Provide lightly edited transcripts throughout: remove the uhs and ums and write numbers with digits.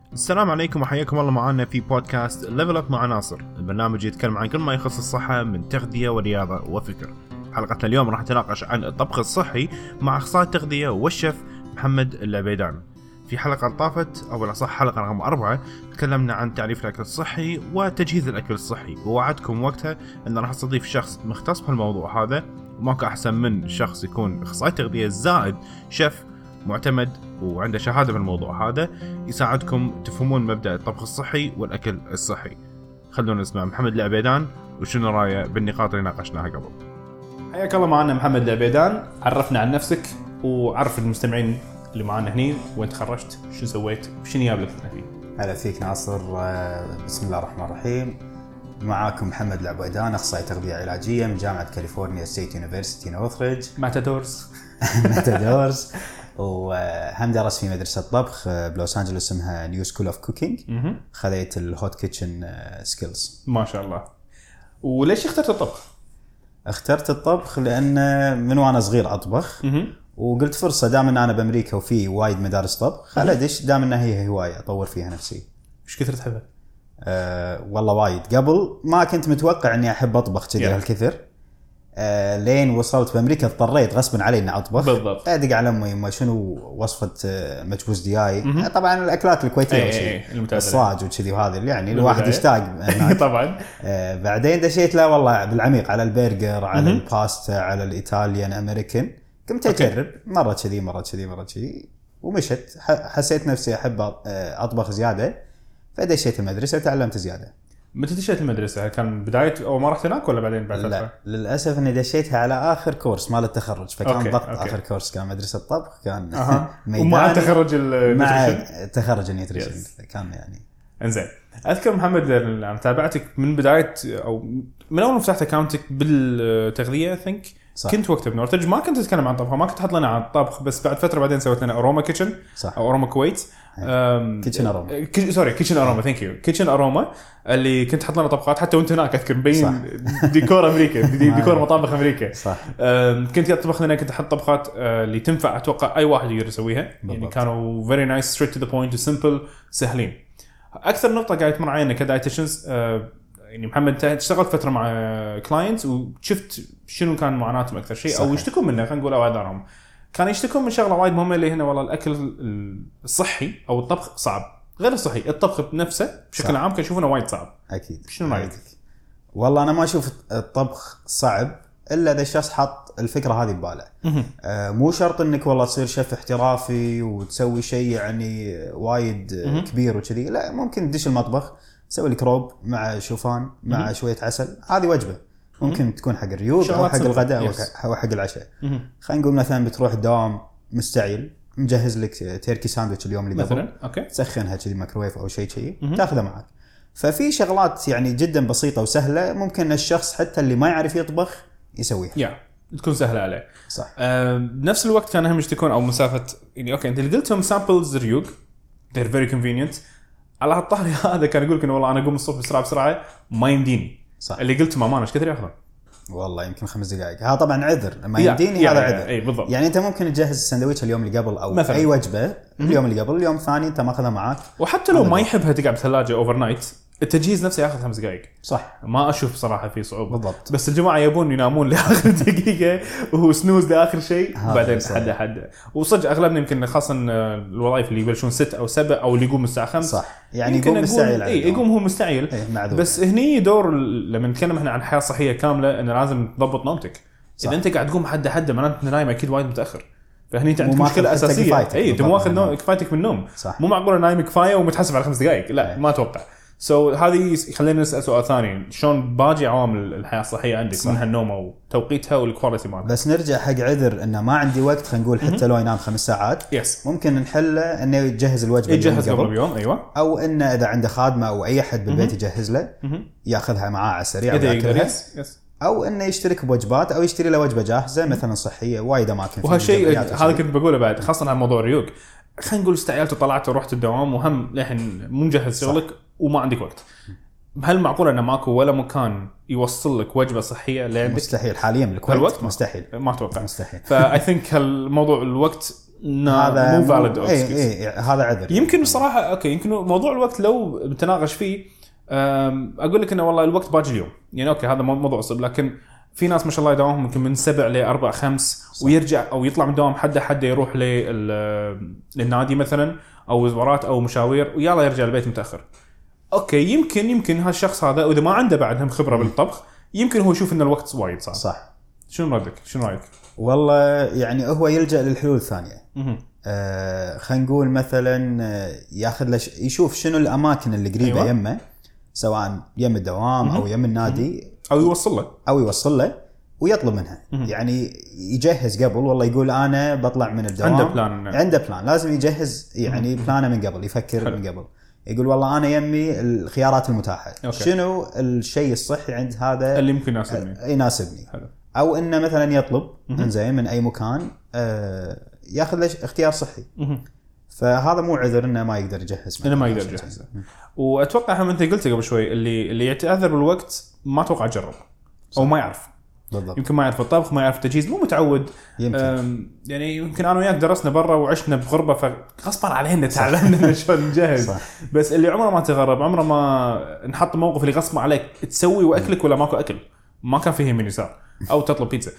السلام عليكم وحياكم الله معنا في بودكاست ليفل اب مع ناصر. البرنامج يتكلم عن كل ما يخص الصحة من تغذية ورياضة وفكر. حلقتنا اليوم راح نتناقش عن الطبخ الصحي مع أخصائي التغذية والشيف محمد العبيدان. في حلقة طافت أو الأصح حلقة رقم 4 تكلمنا عن تعريف الأكل الصحي وتجهيز الأكل الصحي، ووعدكم وقتها أن راح استضيف شخص مختص بهالموضوع هذا، وماكو أحسن من شخص يكون أخصائي تغذية زائد شيف معتمد وعنده شهادة بالموضوع هذا يساعدكم تفهمون مبدأ الطبخ الصحي والأكل الصحي. خلونا نسمع محمد العبيدان وشنو رأيه بالنقاط اللي ناقشناها قبل. حياك الله معنا محمد العبيدان، عرفنا عن نفسك وعرف المستمعين اللي معنا هني وين تخرجت، شو سويت، شنو جابلك فيه. هلا فيك ناصر. بسم الله الرحمن الرحيم. معاكم محمد العبيدان، أخصائي تغذية علاجية من جامعة كاليفورنيا ستيت يونيفرسيتي نورثريدج. ماتادورز وهم درس في مدرسة طبخ بلوس أنجلوس اسمها نيو سكول اوف كوكينج. خذيت الهوت كيتشن سكيلز. ما شاء الله. وليش اخترت الطبخ؟ اخترت الطبخ لأن من وأنا صغير أطبخ، وقلت فرصة دام أن أنا بأمريكا وفي وايد مدارس طبخ، خل أدش دام أنها هي هواية أطور فيها نفسي. إيش كثر تحبها؟ والله وايد. قبل ما كنت متوقع أني أحب أطبخ كذي هالكثر. لين وصلت بأمريكا اضطريت غصبا علي إني أطبخ. بالضبط. أدق على أمي ما شنو وصفة مجبوس دياي. طبعا الأكلات الكويتية الصاج وكذي، وهذه يعني الواحد يشتاق طبعا. بعدين دشيت لا والله بالعميق على البرجر، على الباستا، على الإيطاليان أمريكان. قمت أجرب مرة كذي ومشت. حسيت نفسي أحب أطبخ زيادة، فدشيت المدرسة وتعلمت زيادة. متى دشيت المدرسة؟ كان بداية أو ما رحت هناك ولا بعدين بعد فترة؟ لا للأسف إني دشيتها على آخر كورس مال التخرج، فكان ضغط. آخر كورس كان مدرسة طبخ، كان ميداني ومع تخرج مع تخرج النيوتريشن كان يعني. انزين، أذكر محمد أنا تابعتك من بداية أو من أول ما فتحت أكاونتك بالتغذية think. كنت وقتها بنورثريدج ما كنت أتكلم عن طبخ، ما كنت أحط لنا عن الطبخ، بس بعد فترة بعدين سويت لنا أروما كيتشن أو أروما كويت. كيتشن أروما. سوري كيتشن أروما. ثانك يو. كيتشن أروما اللي كنت حط لنا طبخات حتى وانت هناك أذكر مبين ديكور أمريكا ديكور مطابخ أمريكا. صح. كنت أطبخ لنا، كنت أحط طبخات اللي تنفع أتوقع أي واحد يقدر يسويها. يعني كانوا very nice, straight to the point, simple، سهلين. أكثر نقطة قاعد تمر علينا كدايتيشنز، يعني محمد اشتغلت فترة مع كلاينتس وشفت شنو كان معاناتهم أكثر شيء أو يشتكون منه، خلينا نقول أعذارهم. كان يشتكون من شغلة وايد مهمة اللي هنا والله الأكل الصحي أو الطبخ صعب. غير الصحي، الطبخ بنفسه بشكل عام كان يشوفونه وايد صعب. أكيد. شنو رأيك؟ والله أنا ما أشوف الطبخ صعب إلا إذا الشخص حط الفكرة هذه بباله. مو شرط إنك والله تصير شيف احترافي وتسوي شيء يعني وايد كبير وكذي. لا، ممكن تدش المطبخ تسوي لك روب مع شوفان مع شوية عسل، هذه وجبة. ممكن تكون حق الريوق أو حق الغداء أو حق العشاء. خلينا نقول مثلا بتروح الدوام مستعجل، مجهز لك تيركي ساندويتش اليوم اللي قبل، تسخنها كذي ميكروويف أو شيء تاخذه معك. ففي شغلات يعني جدا بسيطة وسهلة ممكن الشخص حتى اللي ما يعرف يطبخ يسويها. تكون سهلة عليه. صح. بنفس الوقت كان هم يشتكون أو مسافة يعني أنت اللي قلتهم سامبلز ريوق they're very convenient. على هالطاري هذا كان يقولك إنه والله أنا أقوم الصبح بسرعة ما يمديني. صح. اللي قلت ما إيش كثر يأخذ؟ والله يمكن 5 دقائق. ها طبعا عذر ما يمديني، هذا عذر. أي بالضبط. يعني أنت ممكن تجهز الساندويتش اليوم اللي قبل أو مثلاً. أي وجبة اليوم اللي قبل، اليوم الثاني أنت ماخذها معك. وحتى لو ما يحبها تقعد بالثلاجة أوفر نايت، التجهيز نفسه ياخذ 5 دقائق. صح. ما أشوف صراحة في صعوبة. بالضبط. بس الجماعة يبون ينامون لآخر دقيقة وهو سنوز لآخر شيء بعدين حد وصدق أغلبنا يمكن خاصة الوظائف اللي يبلشون 6 أو 7 أو اللي يقوم الساعة 5. صح. يعني يقوم مستعجل. يقوم هو مستعجل. بس هني دور لما نتكلم احنا عن حياة صحية كاملة إن لازم تضبط نومتك. إذا أنت قاعد تقوم حد معناته أنت نايم أكيد وايد متأخر، فهني عندك مشكلة أساسية. أنت مو واخذ كفايتك من النوم. مو معقول نايم كفاية ومتحسب على 5 دقائق. لا ما أتوقع. هذه خلينا نسأل سؤال ثاني، شلون باقي عوامل الحياة الصحية عندك منها النوم أو توقيتها والكواليتي مالها؟ بس نرجع حق عذر إنه ما عندي وقت، خلينا نقول حتى لو ينام 5 ساعات ممكن نحله إنه يجهز الوجبة يجهز قبل يوم. أيوة. أو إنه إذا عنده خادمة أو أي حد بالبيت يجهز له يأخذها معاه على السريع ويأكلها. أو إنه يشترك بوجبات أو يشتري له وجبة جاهزة مثلا صحية. وايد أماكن. وهالشيء هذا كنت بقوله بعد خاصة عن موضوع الريوق. خلينا نقول استعجلت وطلعت ورحت الدوام وهم لحين مو مجهز شغلك وما عندك وقت. هل معقول أن ماكو ولا مكان يوصل لك وجبة صحية لعندك؟ مستحيل حاليا بالوقت. مستحيل. ما أتوقع. مستحيل. فا I think هالموضوع الوقت هذا مو valid excuse. اي هذا عذر. يمكن بصراحه اوكي، يمكن موضوع الوقت لو بتناقش فيه اقول لك انه والله الوقت باجي اليوم، يعني اوكي هذا موضوع صعب، لكن في ناس ما شاء الله يداومهم ممكن من 7 ل 4 5 ويرجع او يطلع من دوام حد يروح للنادي مثلا او وزارات او مشاوير ويلا يرجع البيت متاخر. اوكي يمكن هالشخص هذا واذا ما عنده بعد هم خبره بالطبخ يمكن هو يشوف ان الوقت وايد صعب. صح. شنو رايك؟ والله يعني هو يلجأ للحلول الثانيه. خلينا نقول مثلا ياخذ له يشوف شنو الاماكن اللي قريبه يمه، سواء يم الدوام او يم النادي، او يوصل له ويطلب منها. يعني يجهز قبل، والله يقول انا بطلع من الدوام عنده بلان لازم يجهز، يعني بلانه من قبل، يفكر حلو. من قبل يقول والله انا يمي الخيارات المتاحه أوكي. شنو الشيء الصحي عند هذا اللي ممكن يناسبني حلو. او انه مثلا يطلب زين من اي مكان ياخذ له اختيار صحي. فهذا مو عذر انه ما يقدر يجهز، واتوقع هم انت قلت قبل شوي اللي يتعذر بالوقت ما توقع جرب او ما يعرف بالضبط. يمكن ما يعرف الطبخ، ما يعرف التجهيز، مو متعود. يعني يمكن انا وياك درسنا برا وعشنا بغربه فغصبا علينا تعلمنا شلون نجهز. بس اللي عمره ما تغرب عمره ما نحط موقف اللي غصب عليك تسوي واكلك ولا ماكو اكل، ما كان فيه يمين يسار او تطلب بيتزا.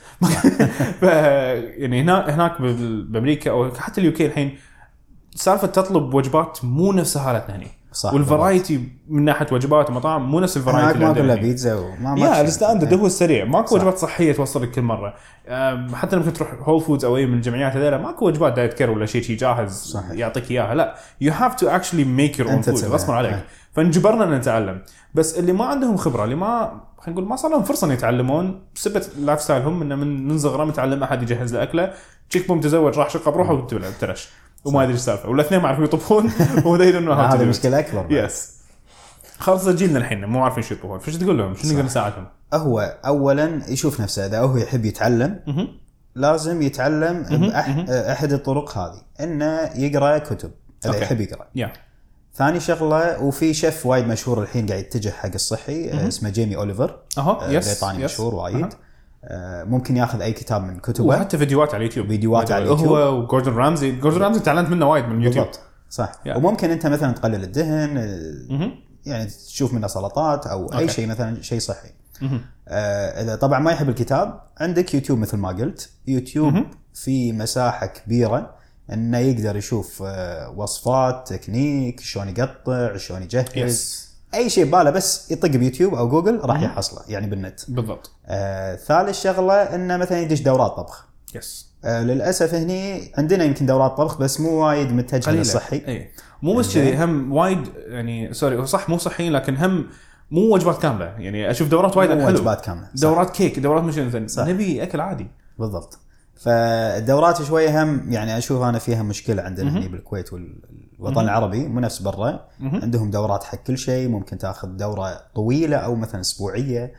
يعني هناك بامريكا او حتى اليوكي الحين سالفه تطلب وجبات مو نفس حالتنا هنا، والفرايتي من ناحيه وجبات ومطاعم مو نفس الفرايتي اللي عندنا. ما بيتزا وما الستاندرد هو السريع، ماكو وجبات صحيه توصلك كل مره. حتى لما تروح هول فودز او اي من الجمعيات هذول ماكو وجبات دايت كير ولا شيء جاهز صحيح. يعطيك اياها، لا you have to actually make your own food غصبا عليك. فنجبرنا ان نتعلم. بس اللي ما عندهم خبره، اللي ما خلينا نقول ما صار لهم فرصه ان يتعلمون بسبب اللايف ستايلهم، انه من صغره متعلم احد يجهز له اكله، تشيك بوم تزوج راح شقه بروحه وترش وما ادري ايش السالفه، ولا اثنين ما يعرفوا يطبخون وهذا انه هذا مشكله اكبر. يس خلاص جيلنا الحين مو عارفين شو يطبخون، فايش تقول لهم؟ شنو نقدر نساعدهم؟ هو اولا يشوف نفسه اذا هو يحب يتعلم لازم يتعلم باحد الطرق هذه، انه يقرا كتب اذا يحب يقرا. ثاني شغله، وفي شيف وايد مشهور الحين قاعد يتجه حق الصحي اسمه جيمي أوليفر، بريطاني مشهور وايد. ممكن ياخذ اي كتاب من كتبه، وحتى فيديوهات على اليوتيوب هو وجوردن رامزي تعلمت منه وايد من اليوتيوب صح. وممكن انت مثلا تقلل الدهن، يعني تشوف منه سلطات او اي شيء مثلا شيء صحي. اذا طبعا ما يحب الكتاب، عندك يوتيوب مثل ما قلت، يوتيوب في مساحه كبيره انه يقدر يشوف وصفات، تكنيك، شلون يقطع، شلون يجهز اي شيء باله، بس يطق بيوتيوب او جوجل راح يحصله يعني بالنت. بالضبط. ثالث شغله انه مثلا يدش دورات طبخ. للاسف هني عندنا يمكن دورات طبخ بس مو وايد متجهه للصحي. مو بس كذي، هم وايد يعني سوري صح مو صحيين، لكن هم مو وجبات كامله. يعني اشوف دورات وايد حلوه، وجبات كامله، دورات كيك، دورات مش نبي اكل عادي. بالضبط. فالدورات شويه هم يعني اشوف انا فيها مشكله عندنا هنا بالكويت والوطن العربي، مو نفس برا. عندهم دورات حق كل شيء، ممكن تاخذ دوره طويله او مثلا اسبوعيه.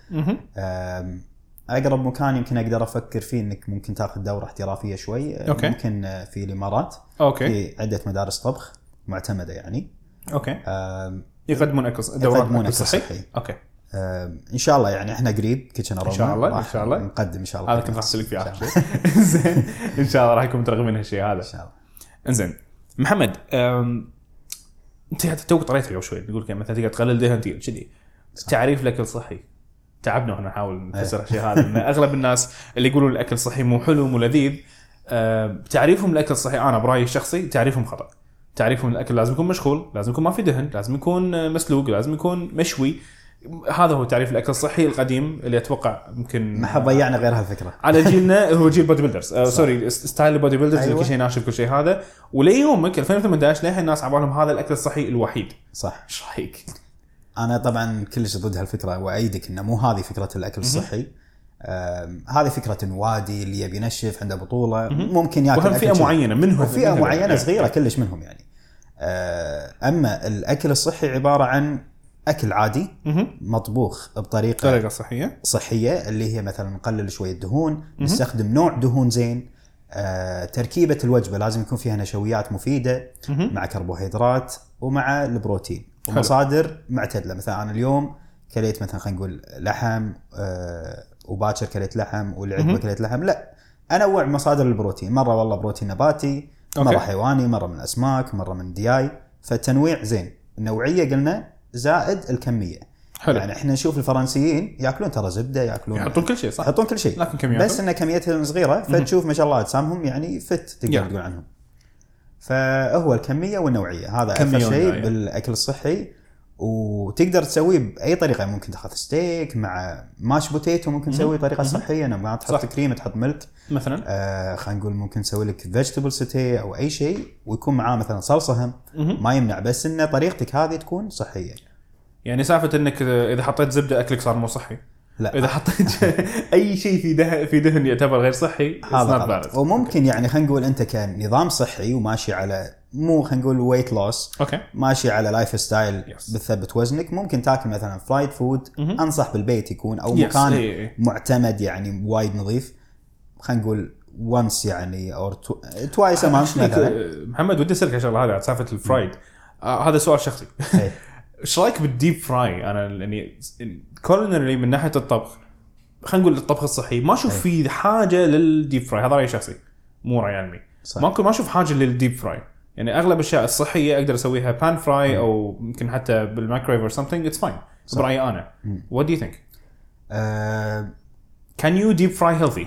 اقرب مكان يمكن اقدر افكر فيه انك ممكن تاخذ دوره احترافيه شوي. ممكن في الامارات في عده مدارس طبخ معتمده يعني. يقدمون دورات صحي. ان شاء الله يعني احنا قريب كيتشن اروما ان شاء الله نقدم ان شاء الله. هذا كنت راح اسالك فيه اخر شيء. زين ان شاء الله راح يكون مترغبين هالشيء هذا ان شاء الله. انزين محمد، انت توك طريقه قبل شوي تقول كان مثلا تقدر تقلل دهن كذي، تعريف الاكل الصحي تعبنا واحنا نحاول نفسر الشيء هذا. ان اغلب الناس اللي يقولون الاكل الصحي مو حلو مو لذيذ، تعريفهم الاكل الصحي انا برايي الشخصي تعريفهم خطا. تعريفهم الاكل لازم يكون مشغول، لازم يكون ما في دهن، لازم يكون مسلوق، لازم يكون مشوي. هذا هو تعريف الاكل الصحي القديم اللي اتوقع يمكن ما حد ضيعنا غير هالفكره على جيلنا. هو جيل بودي بيلدرز، سوري ستايل بودي بيلدرز. كل شيء ناشف كل شيء هذا، وليومك 2018 ليه الناس عبالهم هذا الاكل الصحي الوحيد. صح. ايش رايك؟ انا طبعا كلش ضد هالفكره، وايدك انه مو هذه فكره الاكل الصحي. هذه فكره الوادي اللي يبي ينشف عنده بطوله ممكن ياكل وهم فئه معينه منهم، فئه معينه صغيره كلش منهم يعني. اما الاكل الصحي عباره عن اكل عادي مطبوخ بطريقه صحيه اللي هي مثلا نقلل شويه دهون، نستخدم نوع دهون زين. تركيبه الوجبه لازم يكون فيها نشويات مفيده مع كربوهيدرات ومع البروتين ومصادر معتدله. مثلا انا اليوم كليت مثلا خلينا نقول لحم، وباكر كليت لحم، والعقبه كليت لحم، لا انوع مصادر البروتين. مره والله بروتين نباتي، مره حيواني، مره من اسماك، مره من دياي. فالتنويع زين، النوعيه قلنا زائد الكميه. حلو. يعني احنا نشوف الفرنسيين ياكلون ترى زبده، ياكلون كل شيء، صح، يحطون كل شيء، لكن كمياتهم بس ان كميتهم صغيره، فتشوف ما شاء الله اجسامهم يعني فت تقدر تقول عنهم. فهو الكميه والنوعيه، هذا اكثر شيء بالاكل الصحي. وتقدر تسويه باي طريقه، ممكن تاخذ ستيك مع ماش بوتيتو، ممكن تسوي طريقه صحيه، انه ما تحط كريم، تحط ملك مثلا. خلينا نقول ممكن تسوي لك فيجيتابل سوتيه او اي شيء، ويكون معاه مثلا صلصه هم، ما يمنع، بس ان طريقتك هذه تكون صحيه. يعني سالفه انك اذا حطيت زبده اكلك صار مو صحي، لا. اذا حطيت اي شيء في دهن يعتبر غير صحي هذا. وممكن يعني خلينا نقول انت كنظام صحي وماشي على مو خلينا نقول ويت لوس، ماشي على لايف ستايل بتثبت وزنك، ممكن تاكل مثلا فرايد فود. انصح بالبيت يكون او مكان معتمد يعني وايد نظيف، خلينا نقول once يعني او twice a month مثلا. محمد ودي اسالك عن شغله هذه سالفه الفرايد. هذا سؤال شخصي. ايش رايك بالديب فراي؟ انا يعني كولينري من ناحيه الطبخ، خلينا نقول الطبخ الصحي، ما اشوف في حاجه للديب فراي. هذا رايي شخصي مو راي علمي. ما اشوف حاجه للديب فراي. يعني اغلب الاشياء الصحيه اقدر اسويها بان فراي او يمكن حتى بالمايكرويف or something, it's fine. برايي انا. what do you think? can you deep fry healthy؟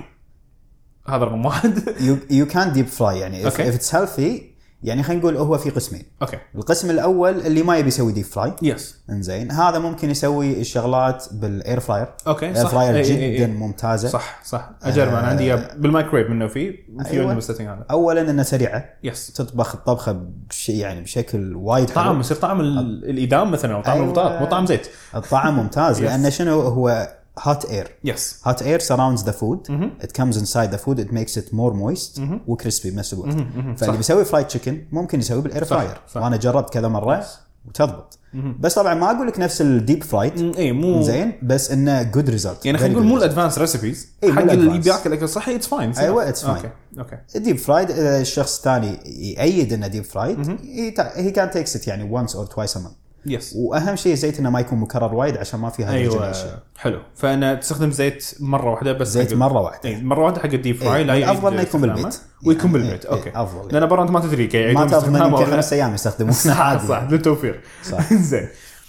هذا رقم واحد. you can deep fry يعني if it's healthy. يعني خلينا نقول هو في قسمين. القسم الاول اللي ما يبي يسوي ديب فراي. انزين، هذا ممكن يسوي الشغلات بالاير فراير. اير فراير جدا ممتازه. صح اجرب. انا عندي بالمايكرويف منه في أيوة. بالسيتنج هذا. اولا انه سريعه. تطبخ الطبخه يعني بشكل وايد حلو. طعم يصير طعم الادام مثلا او طعم البطاط، مو طعم زيت. الطعم ممتاز. لان شنو هو hot air. hot air surrounds the food. It comes inside the food. It makes it more moist وكريسبي بنفس الوقت. فاللي بيسوي فرايد تشيكن ممكن يسوي بالاير فراير. وانا جربت كذا مره وتضبط. بس طبعا ما اقول لك نفس الديب فرايد. مو زين، بس انه جود ريزلت. يعني خلينا نقول مو الادفانس ريسيبيز حق اللي بياكل اكل صحي. اتس فاين. ايوه اتس فاين. اوكي. الديب فرايد الشخص الثاني يأيد انه ديب فرايد، هي كان تيكس يعني once or twice a month. واهم شيء زيت انه ما يكون مكرر وايد عشان ما فيها هيدروجينيشن. حلو. فانا تستخدم زيت مره واحده بس. زيت مره واحده. مره واحده حق الديب فراي. لا افضل انه يكون بالبيت. ويكون بالبيت. اوكي. افضل. لان برا انت ما تدري كي ما تضمن يمكن 5 ايام يستخدمونه عادي. صح للتوفير. زين.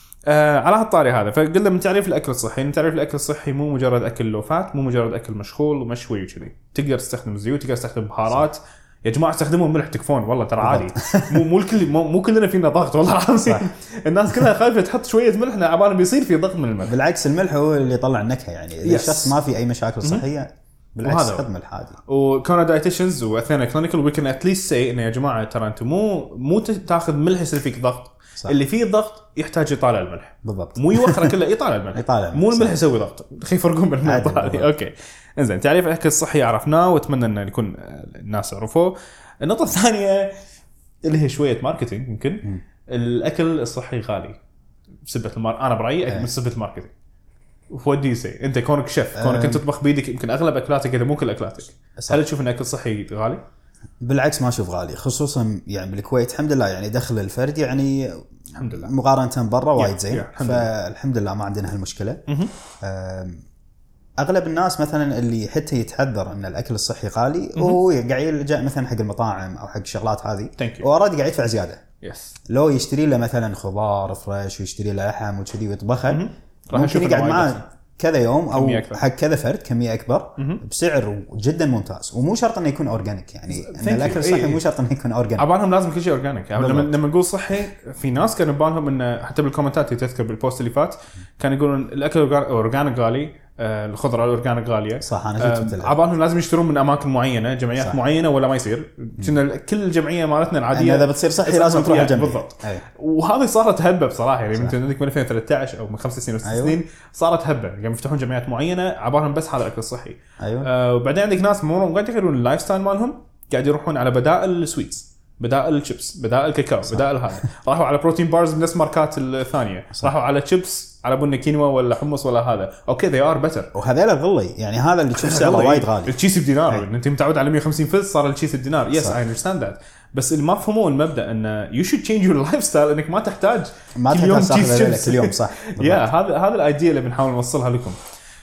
على هالطاري هذا، فقلنا من تعريف الاكل الصحي، من تعريف الاكل الصحي مو مجرد اكل لو فات، مو مجرد اكل مشغول ومشوي وكذي. تقدر تستخدم زيوت، تقدر تستخدم بهارات. يا جماعه استخدموا ملح تكفون والله ترى عادي. مو الكل مو كلنا فينا ضغط والله العظيم. الناس كلها خايفه تحط شويه ملح عبالهم بيصير في ضغط من الملح. بالعكس الملح هو اللي يطلع النكهه. يعني اذا الشخص ما في اي مشاكل صحيه بالعكس حط ملح عادي. وكنا دايتيشنز واثنين كلينيكال وي كان اتليست سي انه يا جماعه ترى انتم مو تاخذ ملح يصير فيك ضغط. صح. اللي فيه ضغط يحتاج يطالع الملح. بالضبط. مو يوخره كله، يطالع الملح. مو الملح يسوي ضغط. خلي يفرقون بين النقطه هذه. اوكي انزين، تعريف الاكل الصحي عرفناه واتمنى ان يكون الناس عرفوه. النقطه الثانيه اللي هي شويه ماركتينج. يمكن الاكل الصحي غالي بسبه انا برايي بسبه الماركتينج. what do you say؟ انت كونك شيف، كونك انت تطبخ بيدك، يمكن اغلب اكلاتك اذا مو كل اكلاتك. هل تشوف ان الاكل الصحي غالي؟ بالعكس ما اشوف غالي، خصوصا يعني بالكويت الحمد لله يعني دخل الفرد يعني الحمد لله مقارنه برا وايد زين. فالحمد لله ما عندنا هالمشكله. اغلب الناس مثلا اللي حتى يتحذر ان الاكل الصحي غالي وهو قاعد يلجأ مثلا حق المطاعم او حق الشغلات هذه، واوريدي قاعد يدفع زياده. لو يشتري له مثلا خضار فريش ويشتري له لحم وكذي ويطبخه، ممكن يقعد معاه كذا يوم او حق كذا فرد كميه اكبر بسعر جدا ممتاز. ومو شرط انه يكون اورجانيك، يعني ان الاكل الصحي مو شرط انه يكون اورجانيك. عبالهم لازم كل شيء اورجانيك. يعني لما نقول صحي في ناس كانوا بالهم انه حتى بالكومنتات تذكر بالبوست اللي فات كانوا يقولون الاكل اورجانيك غالي، الخضره الاورجانيك غاليه. صح انا شفت عبالهم لازم يشترون من اماكن معينه، جمعيات صح. معينه، ولا ما يصير. كنا كل جمعيه مالتنا العاديه اذا بتصير صحي لازم تروح الجمعيه بالضبط. وهذه صارت هبه بصراحه. يعني من عندك من 2013 او من 5 سنين و 6 سنين صارت هبه، قاموا يفتحون جمعيات معينه عبالهم بس هذا الاكل الصحي. وبعدين عندك ناس مو قاعد يغيرون اللايف ستايل مالهم، قاعد يروحون على بدائل السويتس، بدائل الشيبس، بدائل الكاكاو، بدائل هذا. راحوا على بروتين بارز من نفس ماركات الثانيه، راحوا على شيبس على بن كينوا ولا حمص ولا هذا. اوكي they are better. وهذا غلي يعني هذا اللي تشوف سعره وايد غالي. التشيس بدينار، انت متعود على 150 فلس صار التشيس بدينار. يس اي اندرستاند ذات. بس اللي ما فهموا المبدا انه you should change your lifestyle، انك ما تحتاج كل يوم تشيس كل يوم. صح هذا الايديا اللي بنحاول نوصلها لكم.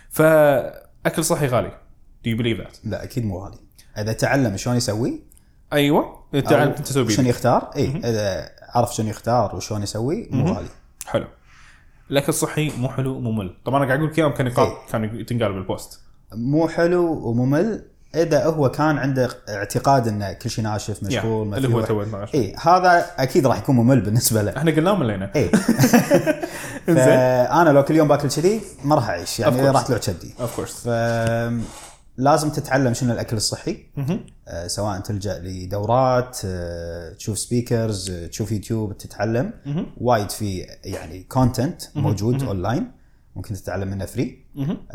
فاكل صحي غالي. do you believe that؟ لا اكيد مو غالي اذا تعلم شلون يسوي. ايوه تعرف انت تسوي شنو يختار. اذا عرف شنو يختار وشلون يسوي مو غالي. حلو. الاكل الصحي مو حلو ممل. طبعا انا قاعد اقول كلام كان كان تنقال بالبوست. مو حلو وممل اذا هو كان عنده اعتقاد انه كل شيء ناشف مشغول اللي هو تو ناشف. هذا اكيد راح يكون ممل بالنسبه له. احنا قلنا ملينا. فانا لو كل يوم باكل كذي ما راح اعيش يعني راح طلع كبدي. اوف كورس. لازم تتعلم شنو الاكل الصحي. سواء تلجأ لدورات، تشوف سبيكرز، تشوف يوتيوب، تتعلم. وايد في يعني كونتنت موجود اونلاين ممكن تتعلم منه فري.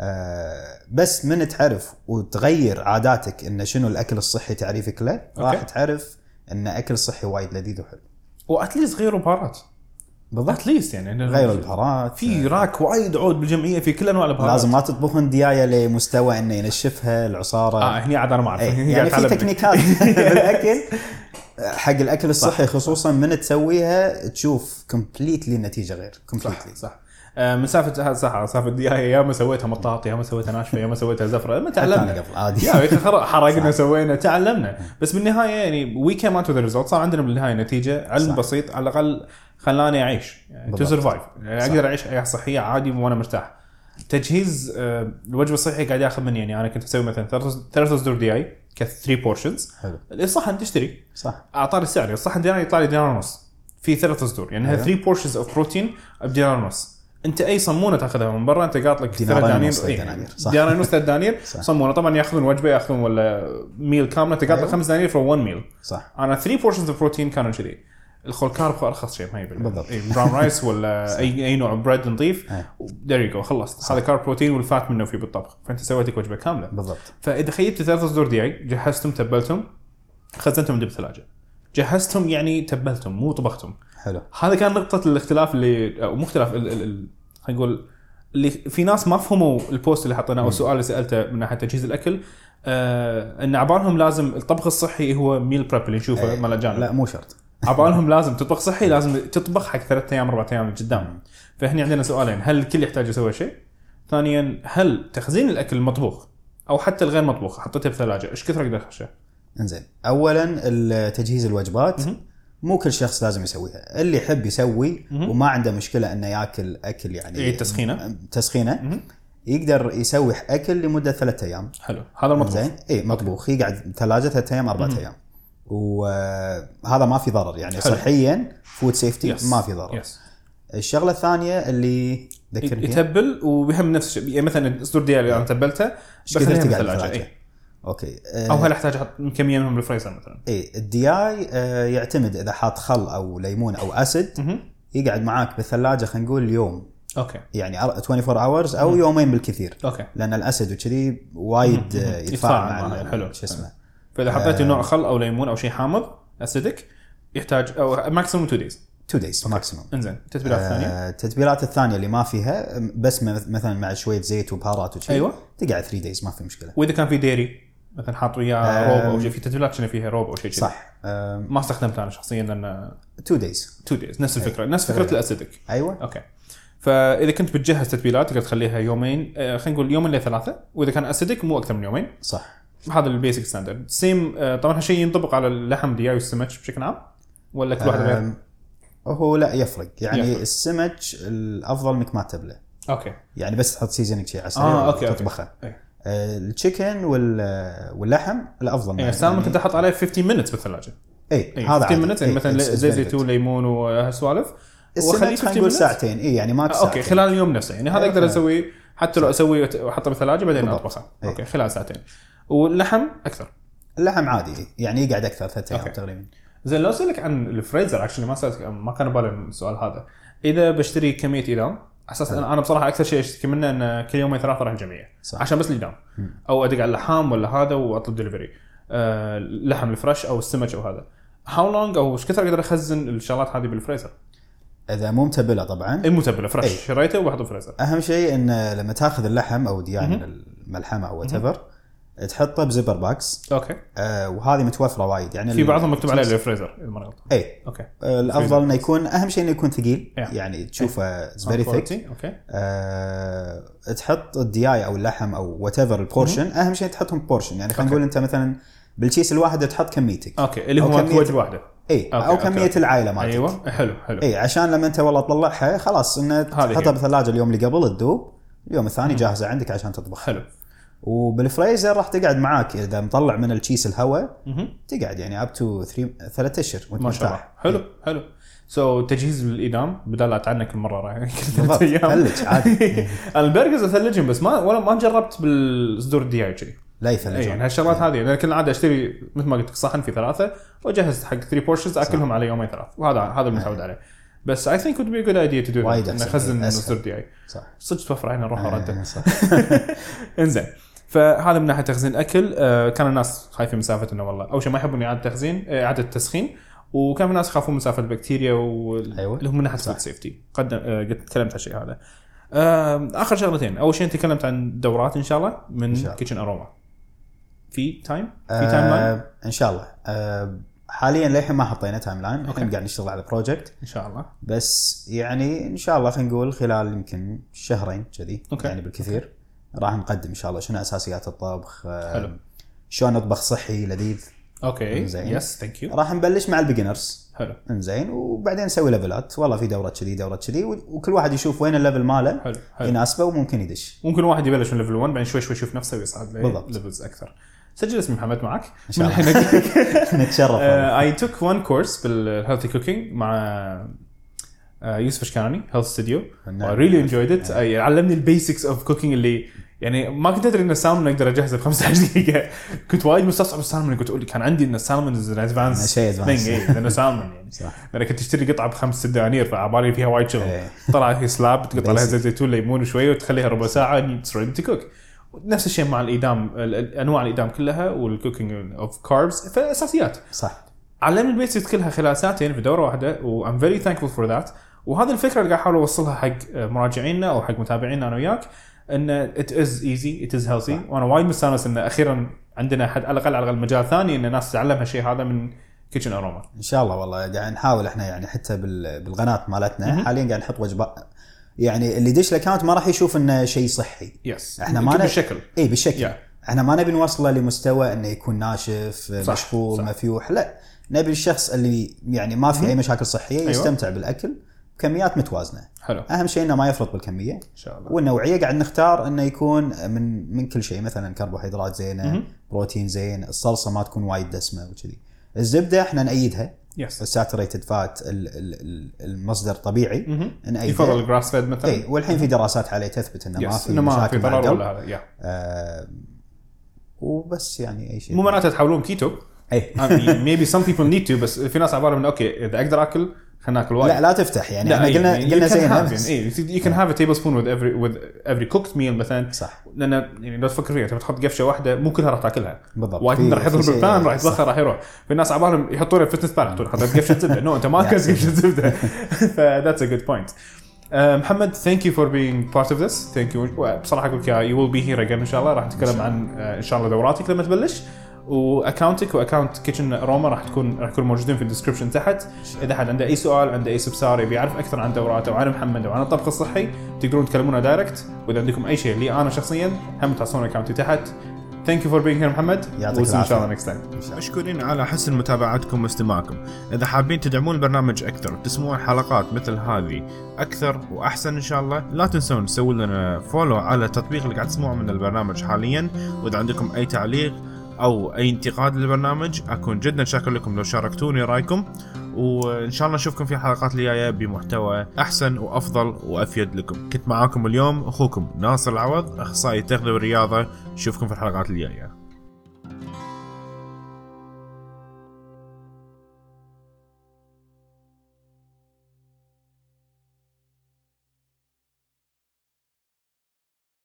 بس من تعرف وتغير عاداتك ان شنو الاكل الصحي تعريفك له راح تعرف ان اكل صحي وايد لذيذ وحلو. واتليست غيروا بهارات. بالضبط. اتليست يعني غير البهارات. في راك وايد عود بالجمعيه في كل انواع البهارات. لازم ما تطبخون ديايه لمستوى انه ينشفها العصاره. هني عاد انا ما اعرف. يعني في تكنيكات بالاكل حق الاكل الصحي خصوصا من تسويها تشوف كومبليتلي النتيجه غير كومبليتلي. صح. مسافه صح مسافه الديايه يا ما سويتها مطاطي يا ما سويتها ناشفه يا ما سويتها زفره. ما تعلمنا قبل عادي يا اخي حرقنا سوينا تعلمنا. بس بالنهايه يعني وي كام اوت ذا ريزلت. صار عندنا بالنهايه نتيجه علم بسيط على الاقل خلاني اعيش يعني تو سرفايف يعني اقدر اعيش حياه صحيه عادي وانا مرتاح. تجهيز الوجبه الصحيه قاعد ياخذ مني يعني انا كنت اسوي مثلا 3 صدور دياي ك 3 بورشنز. الصحن تشتري صح اعطاني السعر الصحن دينار يطلع لي دينار ونص في 3 صدور يعني 3 بورشنز اوف بروتين بدينار ونص. انت اي صمونه تاخذها من برا انت قاط لك 3 دنانير دينار ونص 3 دنانير صمونه. طبعا ياخذون وجبه ياخذون ولا ميل كامله انت قاط لك 5 دنانير فور 1 ميل. صح. انا 3 بورشنز اوف بروتين كانوا كذي. الخول كارب ارخص شيء ما هي بالضبط. براون رايس ولا اي نوع بريد نظيف ذير يو جو خلصت. هذا كارب بروتين والفات منه فيه بالطبخ فانت سويت لك وجبه كامله. بالضبط. فاذا خيبت 3 صدور دياي جهزتهم تبلتهم خزنتهم بالثلاجه جهزتهم يعني تبلتهم مو طبختهم. حلو. هذا كان نقطه الاختلاف اللي او مختلف خلينا نقول اللي في ناس ما فهموا البوست اللي حطيناه او السؤال اللي سالته من ناحيه تجهيز الاكل. ان عبالهم لازم الطبخ الصحي هو ميل بريب اللي نشوفه مال الاجانب. لا مو شرط. عبالهم لازم تطبخ صحي لازم تطبخ حق 3 ايام 4 ايام قدام. فهني عندنا سؤالين. هل الكل يحتاج يسوي شيء؟ ثانيا هل تخزين الاكل المطبوخ او حتى الغير مطبوخ حطيته بثلاجه ايش كثر اقدر اخشه؟ انزين اولا تجهيز الوجبات مو كل شخص لازم يسويها. اللي يحب يسوي وما عنده مشكله انه ياكل اكل يعني تسخينه يقدر يسوي اكل لمده 3 ايام. حلو. هذا المطبوخ. زين مطبوخ يقعد ثلاجه 3 ايام 4 ايام وهذا ما في ضرر يعني. حلو. صحيا فود سيفتي ما في ضرر. الشغله الثانيه اللي ذكرني يتبل وبهم نفس الشيء يعني مثلا الصدور ديالي اللي انا تبلته بخليها بالثلاجه. اوكي. او هل احتاج احط كميه منهم بالفريزر مثلا؟ الدياي يعتمد اذا حاط خل او ليمون او اسيد يقعد معاك بالثلاجه خلينا نقول يوم. اوكي. يعني 24 hours او يومين بالكثير. اوكي. لان الاسيد وكذي وايد يتفاعل مع شو اسمه. فاذا حطيت نوع خل او ليمون او شيء حامض اسيدك يحتاج او ماكسيموم 2 days ماكسيموم. انزين التتبيلات الثانيه التتبيلات الثانيه اللي ما فيها بس مثلا مع شويه زيت وبهارات وشيء. أيوة. تقعد 3 days ما في مشكله. واذا كان في ديري مثلا حاط وياه روب او شيء في تتبيلات شنو فيها روب او شيء كذا. صح. ما استخدمتها انا شخصيا لان 2 days نفس الفكره نفس فكره الاسيدك. ايوه. اوكي. فاذا كنت بتجهز تتبيلات تقدر تخليها يومين خلينا نقول يومين ل3 واذا كان اسيدك مو اكثر من يومين. صح. هذا البيسك ستاندرد سيم. طبعا هالشيء ينطبق على اللحم دياي والسمك بشكل عام ولا كل واحد غير؟ هو لا يفرق يعني السمك الافضل انك ما تبله. اوكي. يعني بس تحط سيزنينج شيء عسل وتطبخه. التشيكن واللحم الافضل. يعني السالمون كنت احط عليه 15 minutes بالثلاجه. هذا 15 minutes يعني مثلا زيت زيتون ليمون وهالسوالف وخليه 15 ساعتين. يعني ما اوكي خلال اليوم نفسه يعني هذا اقدر اسوي حتى لو اسوي واحطه بالثلاجه بعدين اطبخه. اوكي خلال ساعتين. واللحم اكثر. اللحم عادي يعني يقعد اكثر 3 ايام تقريبا. زين لو اسالك عن الفريزر اكشلي ما سالتك ما كان بالي السؤال هذا. اذا بشتري كميه ايدام اساس انا بصراحه اكثر شيء اشتكي منه ان كل يومين 3 اروح الجمعيه عشان بس الايدام او ادق على اللحام ولا هذا واطلب دليفري اللحم الفريش او السمك او هذا. هاو لونج او ايش كثر اقدر اخزن الشغلات هذه بالفريزر؟ اذا مو متبله طبعا. متبله فريش شريته وبحطه بالفريزر. اهم شيء ان لما تاخذ اللحم او ديان الملحمه او واتيفر تحطه بزبر باكس. اوكي. وهذه متوفره وايد يعني في بعضهم مكتوب عليه الفريزر المره. اوكي. الافضل انه يكون اهم شيء انه يكون ثقيل يعني تشوفه فيري ثيك. اوكي. تحط الدياي او اللحم او واتيفر البورشن. اهم شيء تحطهم بورشن يعني خلينا نقول انت مثلا بالكيس الواحد تحط كميتك. اوكي اللي هو الكويت الواحده. اي او كميه العائله مالتك. ايوه حلو اي عشان لما انت والله تطلعها خلاص انها تحطها بالثلاجه اليوم اللي قبل تذوب، اليوم الثاني جاهزه عندك عشان تطبخ. حلو. وبالفريزر راح تقعد معاك اذا مطلع من الكيس الهواء تقعد يعني اب تو 3 اشهر وانت مرتاح. حلو. تجهيز الايدام بدل لا تعنك المره راح ثلج عادي. البرجرز اثلجهم بس ما جربت بالصدور الدياي كذي. لا يثلج يعني هالشغلات هذه انا كل عاده اشتري مثل ما قلت صحن في 3 واجهز حق 3 بورشنز اكلهم على يومين 3 وهذا المتعود عليه. بس I think would be a good idea to do that. نخزن الصدور دياي صدق توفر علينا نروح ورده. انزين فهذا من ناحيه تخزين اكل. كان الناس خايفين مسافه انه والله اول شيء ما يحبون اعاده التسخين، وكان الناس يخافون مسافه البكتيريا اللي هم من ناحيه السيفتي. قد تكلمت عن الشيء هذا. اخر شغلتين، اول شيء تكلمت عن دورات ان شاء الله من كيتشن اروما. في تايم لاين ان شاء الله. حاليا للحين ما حطينا تايم لاين، الحين قاعد نشتغل على بروجكت ان شاء الله. بس يعني ان شاء الله خلينا نقول خلال يمكن شهرين كذي يعني بالكثير راح نقدم ان شاء الله شنو اساسيات الطبخ، شلون نطبخ صحي لذيذ. اوكي يس ثانك يو. راح نبلش مع البيجنرز. حلو انزين وبعدين نسوي ليفلات. والله في دوره كذي وكل واحد يشوف وين الليفل ماله حلو. يناسبه وممكن يدش. ممكن واحد يبلش من ليفل 1 بعدين شوي يشوف نفسه ويصعد ليفلز اكثر. سجل اسمي محمد معك من الحين. نتشرف. I took one course بالهيلثي كوكينج مع يوسف اشكاني هيلث ستوديو. I really enjoyed it. علمني البيسكس اوف كوكينج اللي يعني ما كنت ادري ان السالمون اقدر اجهزه ب 15 دقيقه. كنت وايد مستصعب السالمون. كنت اقول كان عندي ان السالمون از ادفانس ثينج لانه سالمون يعني انا كنت اشتري قطعه ب5-6 دنانير فعبالي فيها وايد شغل. طلع هي سلاب تقطع لها زيت زيتون ليمون وشويه وتخليها ربع ساعه اتس ريدي تو كوك. نفس الشيء مع الايدام، انواع الايدام كلها والكوكينج اوف كاربز فاساسيات صح. علمني البيسكس كلها خلال ساعتين في دوره واحده و I'm very thankful for that. وهذه الفكره اللي قاعد احاول اوصلها حق مراجعينا او حق متابعينا انا وياك ان it is easy it is healthy. وانا وايد مستانس ان اخيرا عندنا حد على الاقل مجال ثاني ان الناس تتعلم هالشيء هذا من كيتشن اروما. ان شاء الله والله قاعد نحاول احنا يعني حتى بالقناه مالتنا حاليا قاعد نحط وجبات يعني اللي يدش الاكونت ما راح يشوف انه شيء صحي. احنا ما بالشكل بالشكل احنا ما نبي نوصله لمستوى انه يكون ناشف مشغول مفيوح. لا نبي الشخص اللي يعني ما في اي مشاكل صحيه يستمتع بالاكل كميات متوازنه. حلو. اهم شيء انه ما يفرط بالكميه ان شاء الله. والنوعيه قاعد نختار انه يكون من كل شيء، مثلا كربوهيدرات زينه بروتين زين، الصلصه ما تكون وايد دسمه وكذي. الزبده احنا نأيدها الساتوريتد فات المصدر طبيعي نأيدها. يفضل الجراس فيد مثلا. اي والحين في دراسات عليه تثبت انه ما في ضرر ولا هذا وبس يعني اي شيء مو معناته تحولون كيتو. اي maybe some people need to بس في ناس عبارة من اوكي اذا اقدر اكل خلينا ناكل وايد. لا تفتح يعني احنا قلنا زين you can have a tablespoon with every cooked meal مثلا. صح. لان يعني لو تفكر فيها تبي تحط قفشه واحده مو كلها راح تاكلها بالضبط. وايد راح يضرب البان راح يتبخر راح يروح. في الناس عبارهم يحطون الفتنس بان يحطون قفشه زبده. نو انت ما اكلت قفشه زبده. that's a good point. محمد thank you for being part of this. thank you. بصراحه اقول لك you will be here again ان شاء الله. راح نتكلم عن ان شاء الله دوراتك لما تبلش واكاونتك واكاونت كيتشن اروما راح يكونوا موجودين في الديسكربشن تحت. اذا حد عنده اي سؤال عنده اي استفسار يبي يعرف اكثر عن دوراته وعن محمد وعن الطبخ الصحي تقدرون تكلمونا دايركت. واذا عندكم اي شيء لي انا شخصيا هم تحصلون اكاونتي تحت. Thank you for being here محمد. يعطيك العافية. إن شاء الله next time. مشكورين على حسن متابعتكم واستماعكم. إذا حابين تدعمون البرنامج أكثر وتسمعون حلقات مثل هذه أكثر وأحسن إن شاء الله لا تنسون تسووا لنا فولو على التطبيق اللي قاعد تسمعوا من البرنامج حاليا. وإذا عندكم أي تعليق أو أي انتقاد للبرنامج أكون جدا شاكر لكم لو شاركتوني رأيكم. وإن شاء الله نشوفكم في الحلقات الجاية بمحتوى أحسن وأفضل وأفيد لكم. كنت معاكم اليوم أخوكم ناصر العوض أخصائي التغذية والرياضة. نشوفكم في الحلقات الجاية.